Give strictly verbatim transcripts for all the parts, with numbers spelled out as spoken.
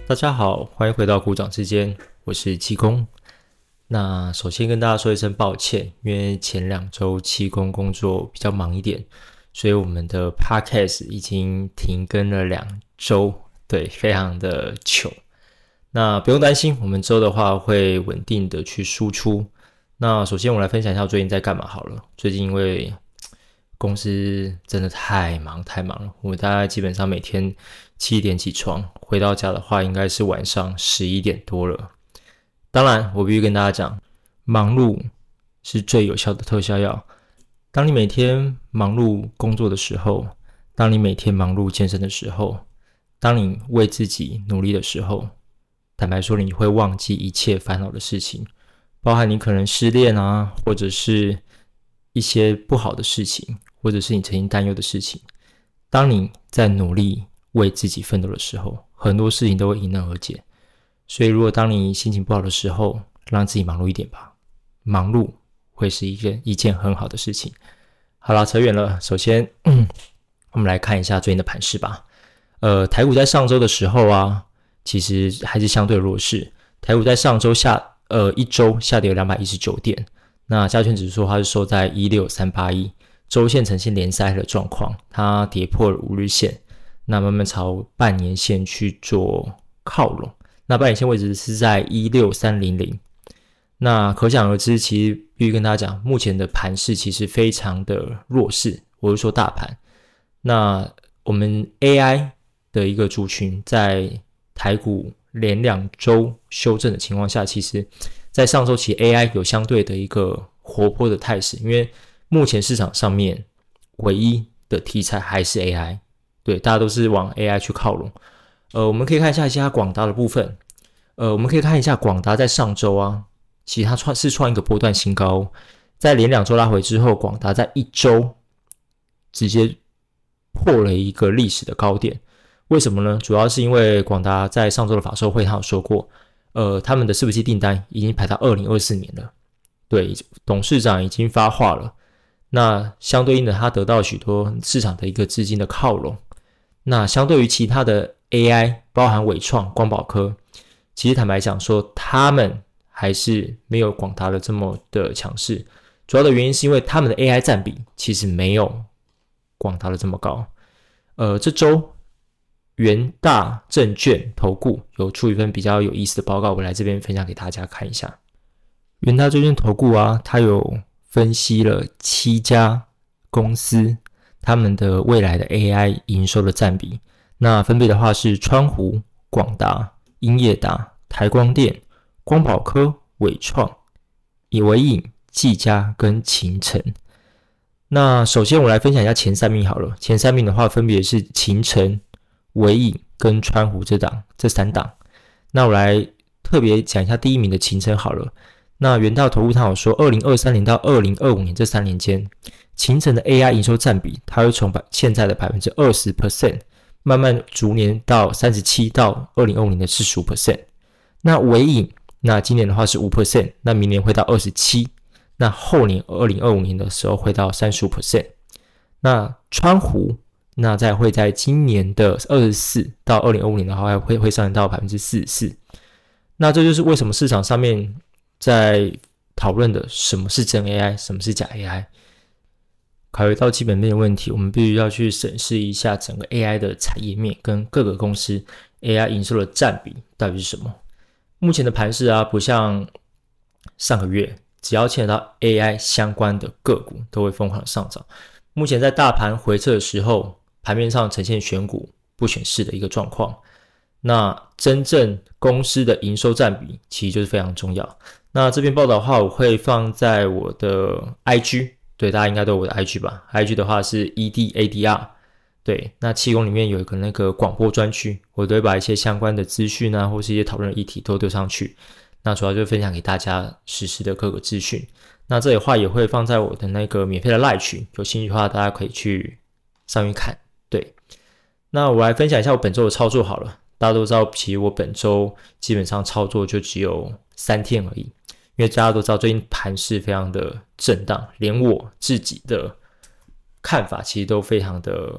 大家好，欢迎回到股掌之间，我是七公。那首先跟大家说一声抱歉，因为前两周七公工作比较忙一点，所以我们的 podcast 已经停更了两周，对，非常的糗。那不用担心，我们之后的话会稳定的去输出。那首先我来分享一下我最近在干嘛好了。最近因为公司真的太忙太忙了，我大概基本上每天七点起床，回到家的话应该是晚上十一点多了。当然我必须跟大家讲，忙碌是最有效的特效药。当你每天忙碌工作的时候，当你每天忙碌健身的时候，当你为自己努力的时候，坦白说你会忘记一切烦恼的事情，包含你可能失恋啊，或者是一些不好的事情，或者是你曾经担忧的事情。当你在努力为自己奋斗的时候，很多事情都会迎刃而解。所以如果当你心情不好的时候，让自己忙碌一点吧，忙碌会是一件一件很好的事情。好啦，扯远了，首先、嗯、我们来看一下最近的盘势吧。呃，台股在上周的时候啊，其实还是相对弱势。台股在上周下呃一周下跌了两百一十九点，那加权指数它是收在一六三八一，周线呈现连塞的状况，它跌破了五日线，那慢慢朝半年线去做靠拢。那半年线位置是在一六三零零，那可想而知，其实必须跟大家讲，目前的盘势其实非常的弱势，我是说大盘。那我们 A I 的一个族群在台股连两周修正的情况下，其实在上周期 A I 有相对的一个活泼的态势，因为目前市场上面唯一的题材还是 A I， 对，大家都是往 A I 去靠拢。呃，我们可以看一下一下广达的部分。呃，我们可以看一下广达在上周啊，其实它创是创一个波段新高，在连两周拉回之后，广达在一周直接破了一个历史的高点。为什么呢？主要是因为广达在上周的法说会，他有说过，呃，他们的伺服器订单已经排到二零二四年了，对，董事长已经发话了。那相对应的，他得到许多市场的一个资金的靠拢。那相对于其他的 A I， 包含伟创、光宝科，其实坦白讲说，他们还是没有广达的这么的强势。主要的原因是因为他们的 A I 占比其实没有广达的这么高。呃，这周元大证券投顾有出一份比较有意思的报告，我来这边分享给大家看一下。元大证券投顾啊，它有分析了七家公司他们的未来的 A I 营收的占比，那分别的话是川湖、广达、英业达、台光电、光宝科、伟创、伟影、技嘉跟勤诚。那首先我来分享一下前三名好了，前三名的话分别是勤诚、伟影跟川湖这档这三档。那我来特别讲一下第一名的勤诚好了。那元大投顾他有说二零二三年到二零二五年这三年间，勤诚的 A I 营收占比它会从现在的 百分之二十 慢慢逐年到三十七到二零二五年的 百分之四十五。 那伟影那今年的话是 百分之五， 那明年会到二十七，那后年二零二五年的时候会到 百分之三十五。 那川湖那再会在今年的二十四到二零二五年的话会会上升到 百分之四十四。 那这就是为什么市场上面在讨论的什么是真 A I， 什么是假 A I。 考虑到基本面的问题，我们必须要去审视一下整个 A I 的产业面跟各个公司 A I 营收的占比到底是什么。目前的盘势啊，不像上个月，只要牵扯到 A I 相关的个股都会疯狂的上涨。目前在大盘回撤的时候，盘面上呈现选股不选市的一个状况。那真正公司的营收占比其实就是非常重要。那这篇报道的话，我会放在我的 I G， 对，大家应该都有我的 I G 吧。 I G 的话是 E D A D R， 对，那企公里面有一个那个广播专区，我都会把一些相关的资讯啊，或是一些讨论的议题都丢上去。那主要就是分享给大家实时的各个资讯。那这里的话也会放在我的那个免费的 LINE 群，有兴趣的话大家可以去上面看。对，那我来分享一下我本周的操作好了。大家都知道，其实我本周基本上操作就只有三天而已，因为大家都知道最近盘势非常的震荡，连我自己的看法其实都非常的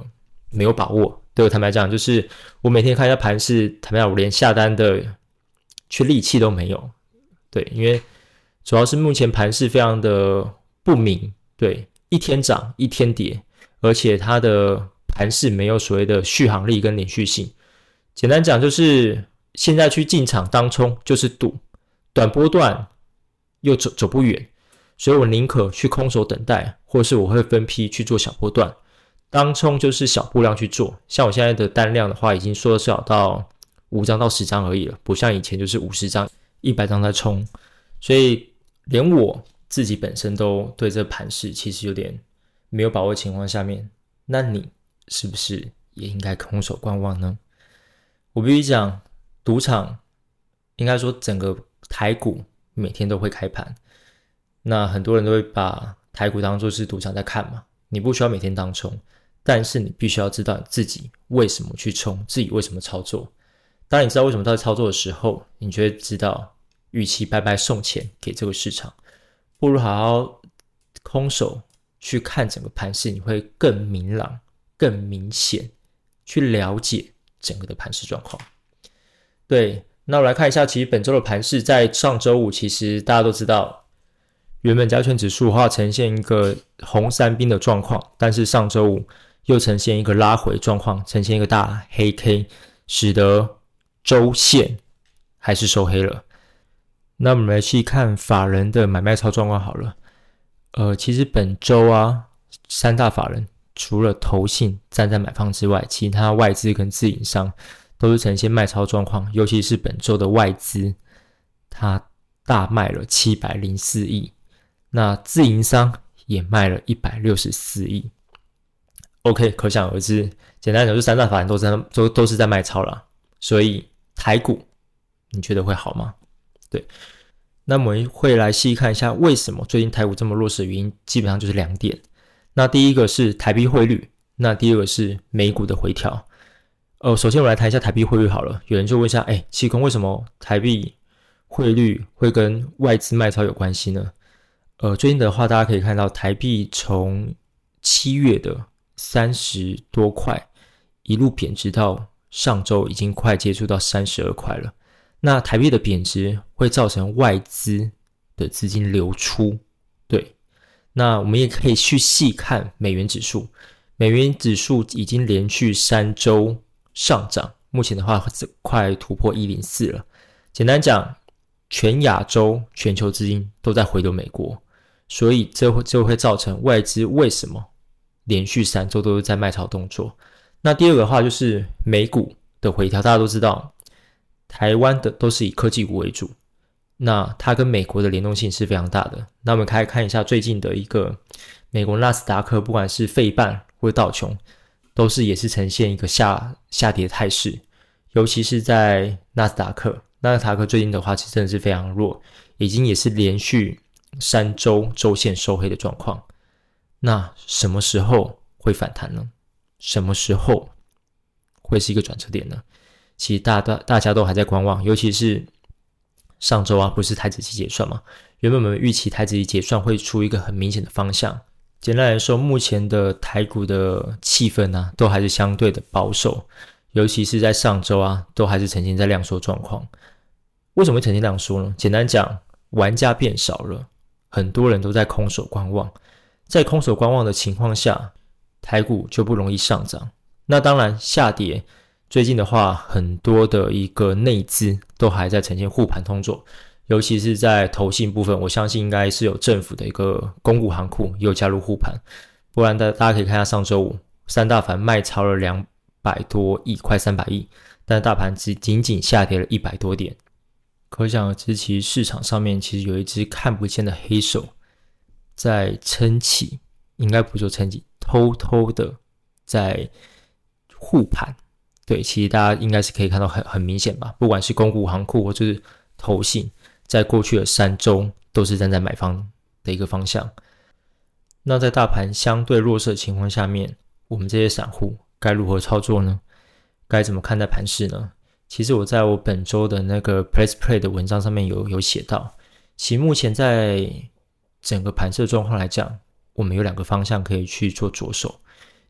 没有把握。对我坦白讲，就是我每天看一下盘势，坦白讲我连下单的去力气都没有。对，因为主要是目前盘势非常的不明，对，一天涨一天跌，而且它的盘势没有所谓的续航力跟连续性。简单讲就是现在去进场当冲就是赌，短波段又走走不远，所以我宁可去空手等待，或是我会分批去做小波段。当冲就是小波量去做，像我现在的单量的话，已经缩小到五张到十张而已了，不像以前就是五十张、一百张在冲，所以连我自己本身都对这盘势其实有点没有把握的情况下面，那你是不是也应该空手观望呢？我必须讲，赌场应该说整个台股每天都会开盘，那很多人都会把台股当作是赌场在看嘛，你不需要每天当冲，但是你必须要知道你自己为什么去冲，自己为什么操作。当你知道为什么在操作的时候，你就会知道，与其白白送钱给这个市场，不如好好空手去看整个盘势，你会更明朗、更明显去了解整个的盘势状况。对，那我来看一下，其实本周的盘势在上周五，其实大家都知道，原本加权指数的话呈现一个红三兵的状况，但是上周五又呈现一个拉回状况，呈现一个大黑 K， 使得周线还是收黑了。那我们来去看法人的买卖超状况好了。呃，其实本周啊，三大法人除了投信站在买方之外，其他外资跟自营商都是呈现卖超状况，尤其是本周的外资，它大卖了七百零四亿，那自营商也卖了一百六十四亿。OK， 可想而知，简单讲就是三大法人都在都都是在卖超啦，所以台股你觉得会好吗？对，那我们会来细看一下为什么最近台股这么弱势的原因，基本上就是两点。那第一个是台币汇率，那第二个是美股的回调。呃，首先我来谈一下台币汇率好了。有人就问一下，哎，期工为什么台币汇率会跟外资卖超有关系呢？呃，最近的话，大家可以看到台币从七月的三十多块一路贬值到上周已经快接触到三十二块了。那台币的贬值会造成外资的资金流出，对。那我们也可以去细看美元指数，美元指数已经连续三周上涨，目前的话快突破一零四了。简单讲，全亚洲全球资金都在回流美国，所以这会就会造成外资为什么连续三周都是在卖超动作。那第二个的话就是美股的回调，大家都知道台湾的都是以科技股为主，那它跟美国的联动性是非常大的。那我们可以看一下最近的一个美国纳斯达克，不管是费半或道琼，都是也是呈现一个下下跌态势，尤其是在纳斯达克，纳斯达克最近的话其实真的是非常弱，已经也是连续三周周线收黑的状况。那什么时候会反弹呢？什么时候会是一个转折点呢？其实大大大家都还在观望，尤其是上周啊，不是台指期结算嘛？原本我们预期台指期结算会出一个很明显的方向。简单来说，目前的台股的气氛啊，都还是相对的保守，尤其是在上周啊，都还是呈现在量缩状况。为什么会呈现量缩呢？简单讲，玩家变少了，很多人都在空手观望，在空手观望的情况下，台股就不容易上涨。那当然下跌，最近的话，很多的一个内资都还在呈现护盘动作，尤其是在投信部分，我相信应该是有政府的一个公股行库也有加入护盘，不然大家可以看一下上周五三大盘卖超了两百多亿，快三百亿，但大盘只仅仅下跌了一百多点，可想而知，其实市场上面其实有一只看不见的黑手在撑起，应该不说撑起，偷偷的在护盘。对，其实大家应该是可以看到很很明显吧，不管是公股行库或者是投信，在过去的三周都是站在买方的一个方向。那在大盘相对弱势的情况下面，我们这些散户该如何操作呢？该怎么看待盘势呢？其实我在我本周的那个 Press Play 的文章上面有有写到，其实目前在整个盘势的状况来讲，我们有两个方向可以去做着手。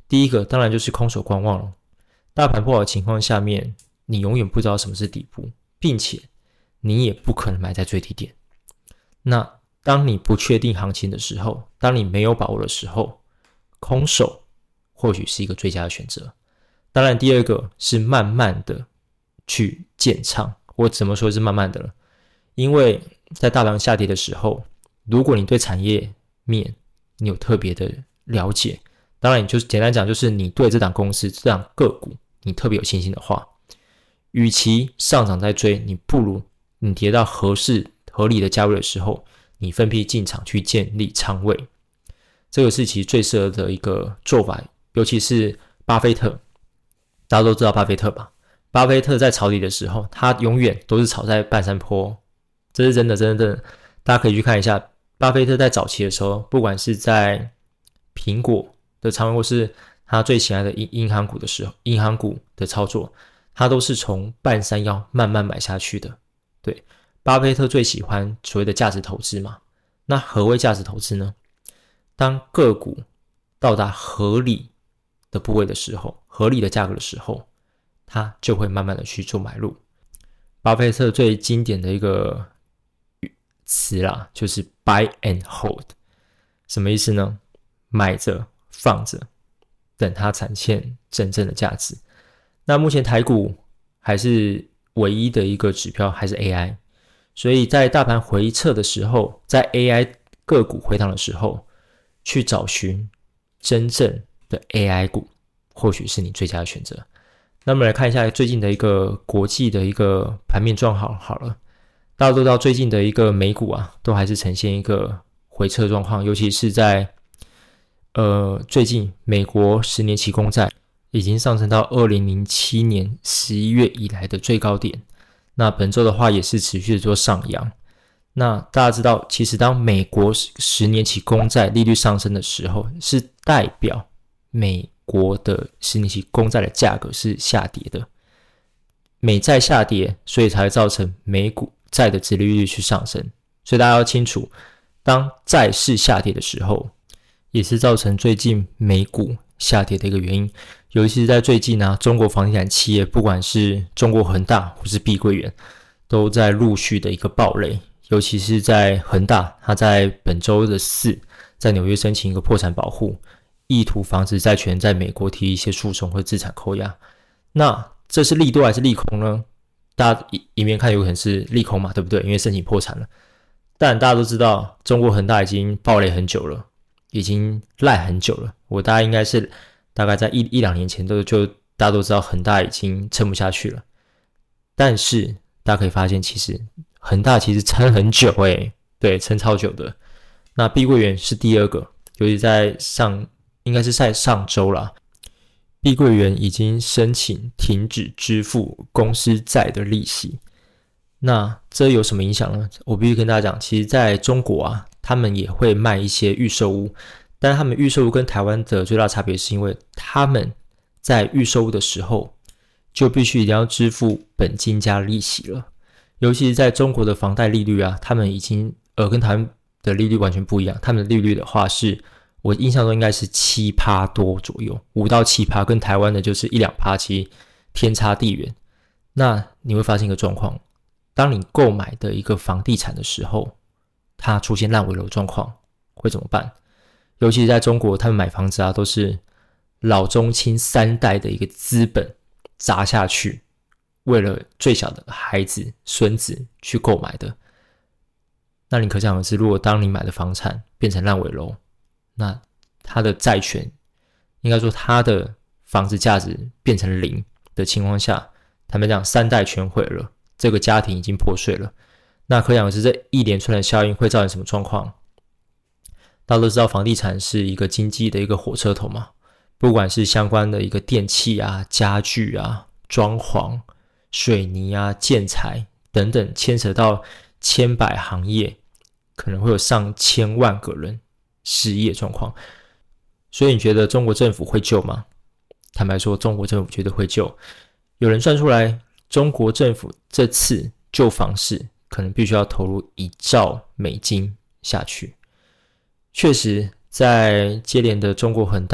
第一个当然就是空手观望了。大盘不好的情况下面，你永远不知道什么是底部，并且你也不可能买在最低点。那当你不确定行情的时候，当你没有把握的时候，空手或许是一个最佳的选择。当然第二个是慢慢的去建仓。我怎么说是慢慢的了？因为在大盘下跌的时候，如果你对产业面你有特别的了解，当然你就简单讲，就是你对这档公司这档个股你特别有信心的话，与其上涨再追，你不如你跌到合适合理的价位的时候，你分批进场去建立仓位。这个是其实最适合的一个做法。尤其是巴菲特，大家都知道巴菲特吧？巴菲特在抄底的时候，他永远都是炒在半山坡，这是真的真的真的。大家可以去看一下巴菲特在早期的时候，不管是在苹果的仓位或是他最喜爱的银行股的时候，银行股的操作，他都是从半山腰慢慢买下去的。对，巴菲特最喜欢所谓的价值投资嘛。那何谓价值投资呢？当个股到达合理的部位的时候，合理的价格的时候，他就会慢慢的去做买入。巴菲特最经典的一个词啦，就是 buy and hold。 什么意思呢？买着放着，等它展现真正的价值。那目前台股还是唯一的一个指标还是 A I， 所以在大盘回撤的时候，在 A I 个股回档的时候，去找寻真正的 A I 股，或许是你最佳的选择。那么来看一下最近的一个国际的一个盘面状况好了。大家都知道最近的一个美股啊，都还是呈现一个回撤状况，尤其是在呃最近美国十年期公债已经上升到二零零七年十一月以来的最高点。那本周的话也是持续的做上扬。那大家知道，其实当美国十年期公债利率上升的时候，是代表美国的十年期公债的价格是下跌的。美债下跌，所以才会造成美股债的殖利率去上升。所以大家要清楚，当债市下跌的时候，也是造成最近美股下跌的一个原因。尤其是在最近啊，中国房地产企业，不管是中国恒大或是碧桂园，都在陆续的一个爆雷。尤其是在恒大，他在本周的四，在纽约申请一个破产保护，意图防止债权在美国提一些诉讼或资产扣押。那这是利多还是利空呢？大家一面看有可能是利空嘛，对不对？因为申请破产了。但大家都知道，中国恒大已经爆雷很久了，已经赖很久了。我大概应该是大概在一一两年前都就大家都知道恒大已经撑不下去了。但是大家可以发现，其实恒大其实撑很久诶、欸，对，撑超久的。那碧桂园是第二个，尤其在上应该是在上周啦，碧桂园已经申请停止支付公司债的利息。那这有什么影响呢？我必须跟大家讲，其实在中国啊，他们也会卖一些预售屋，但他们预售屋跟台湾的最大差别是因为他们在预售屋的时候就必须一定要支付本金加利息了。尤其是在中国的房贷利率啊，他们已经呃跟台湾的利率完全不一样。他们的利率的话是，我印象中应该是 百分之七 多左右， 百分之五到百分之七， 跟台湾的就是一两%，其实天差地远。那你会发现一个状况，当你购买的一个房地产的时候，它出现烂尾楼状况会怎么办？尤其是在中国，他们买房子啊都是老中青三代的一个资本砸下去，为了最小的孩子孙子去购买的。那你可想而知，如果当你买的房产变成烂尾楼，那他的债权，应该说他的房子价值变成零的情况下，坦白讲三代全毁了，这个家庭已经破碎了。那可想而知，这一连串的效应会造成什么状况？大家都知道房地产是一个经济的一个火车头嘛，不管是相关的一个电器啊、家具啊、装潢、水泥啊、建材等等，牵扯到千百行业，可能会有上千万个人失业状况。所以你觉得中国政府会救吗？坦白说，中国政府绝对会救。有人算出来，中国政府这次救房市可能必须要投入一兆美金下去。确实，在接连的中国恒大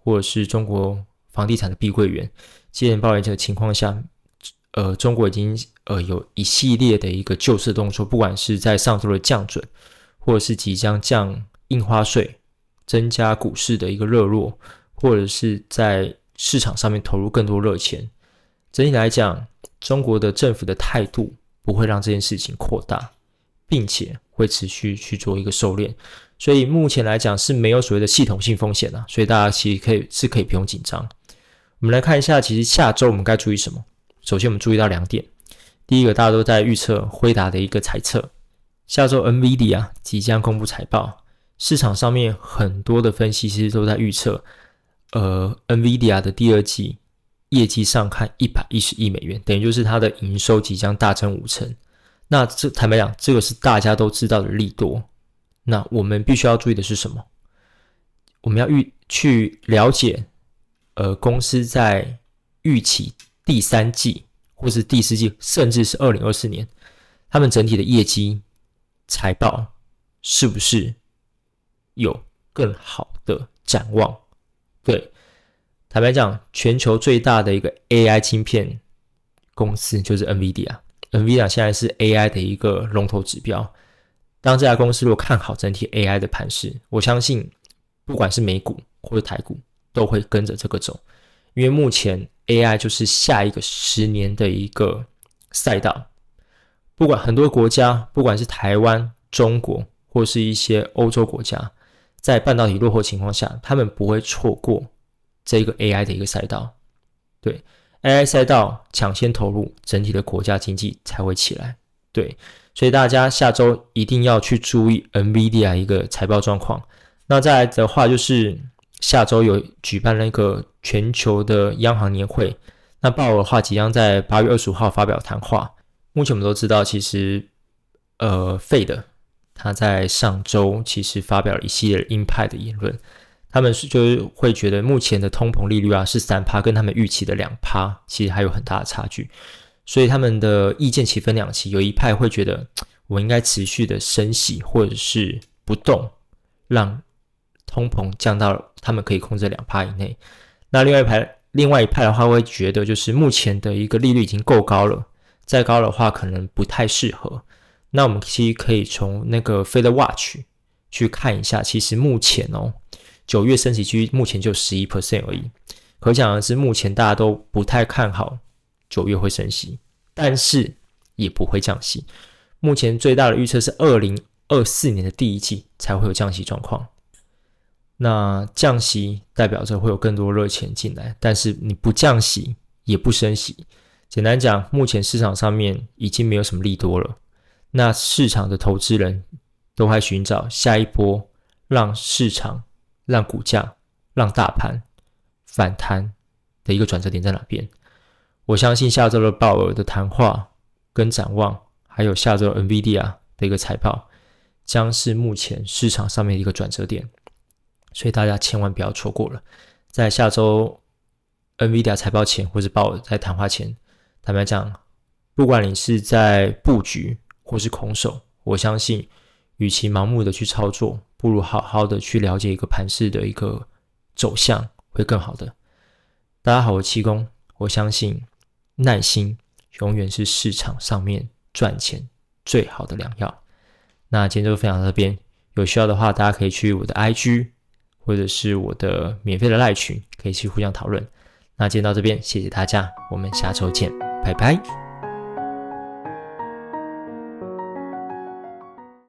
或者是中国房地产的碧桂园接连暴雷的情况下，呃，中国已经呃有一系列的一个救市动作，不管是在上周的降准，或者是即将降印花税，增加股市的一个热络，或者是在市场上面投入更多热钱。整体来讲，中国的政府的态度不会让这件事情扩大，并且会持续去做一个收敛，所以目前来讲是没有所谓的系统性风险啊，所以大家其实可以是可以不用紧张。我们来看一下，其实下周我们该注意什么？首先我们注意到两点，第一个大家都在预测辉达的一个财测，下周 NVIDIA 即将公布财报，市场上面很多的分析师都在预测，呃 NVIDIA 的第二季业绩上看一百一十亿美元，等于就是它的营收即将大增五成。那这坦白讲，这个是大家都知道的利多。那我们必须要注意的是什么？我们要预去了解，呃，公司在预期第三季或是第四季，甚至是二零二四年，他们整体的业绩财报是不是有更好的展望？对，坦白讲，全球最大的一个 A I 晶片公司就是 NVIDIA。NVIDIA 现在是 A I 的一个龙头指标。当这家公司如果看好整体 A I 的盘势，我相信不管是美股或者台股都会跟着这个走。因为目前 A I 就是下一个十年的一个赛道。不管很多国家，不管是台湾、中国或是一些欧洲国家，在半导体落后情况下，他们不会错过这个 A I 的一个赛道。对， A I 赛道抢先投入，整体的国家经济才会起来。对，所以大家下周一定要去注意 NVIDIA 一个财报状况。那再来的话，就是下周有举办了一个全球的央行年会，那鲍尔的话即将在八月二十五号发表谈话。目前我们都知道，其实呃 Fed 他在上周其实发表了一系列鹰派的言论，他们就是会觉得目前的通膨利率啊是 百分之三， 跟他们预期的 百分之二 其实还有很大的差距，所以他们的意见其分两期，有一派会觉得我应该持续的升息或者是不动，让通膨降到他们可以控制 百分之二 以内。那另外一派另外一派的话会觉得就是目前的一个利率已经够高了，再高的话可能不太适合。那我们其实可以从那个 Fed Watch 去看一下，其实目前哦九月升息几率目前就 百分之十一 而已，可想而知目前大家都不太看好九月会升息，但是也不会降息。目前最大的预测是二零二四年的第一季才会有降息状况。那降息代表着会有更多热钱进来，但是你不降息也不升息，简单讲，目前市场上面已经没有什么利多了。那市场的投资人都在寻找下一波让市场、让股价、让大盘反弹的一个转折点在哪边。我相信下周的鲍尔的谈话跟展望，还有下周 NVIDIA 的一个财报，将是目前市场上面的一个转折点，所以大家千万不要错过了。在下周 NVIDIA 财报前，或是鲍尔在谈话前，坦白讲，不管你是在布局或是空手，我相信与其盲目的去操作，不如好好的去了解一个盘势的一个走向会更好的。大家好，我是七公，我相信耐心永远是市场上面赚钱最好的良药。那今天就分享到这边，有需要的话大家可以去我的 I G 或者是我的免费的赖群，可以去互相讨论。那今天到这边，谢谢大家，我们下周见，拜拜。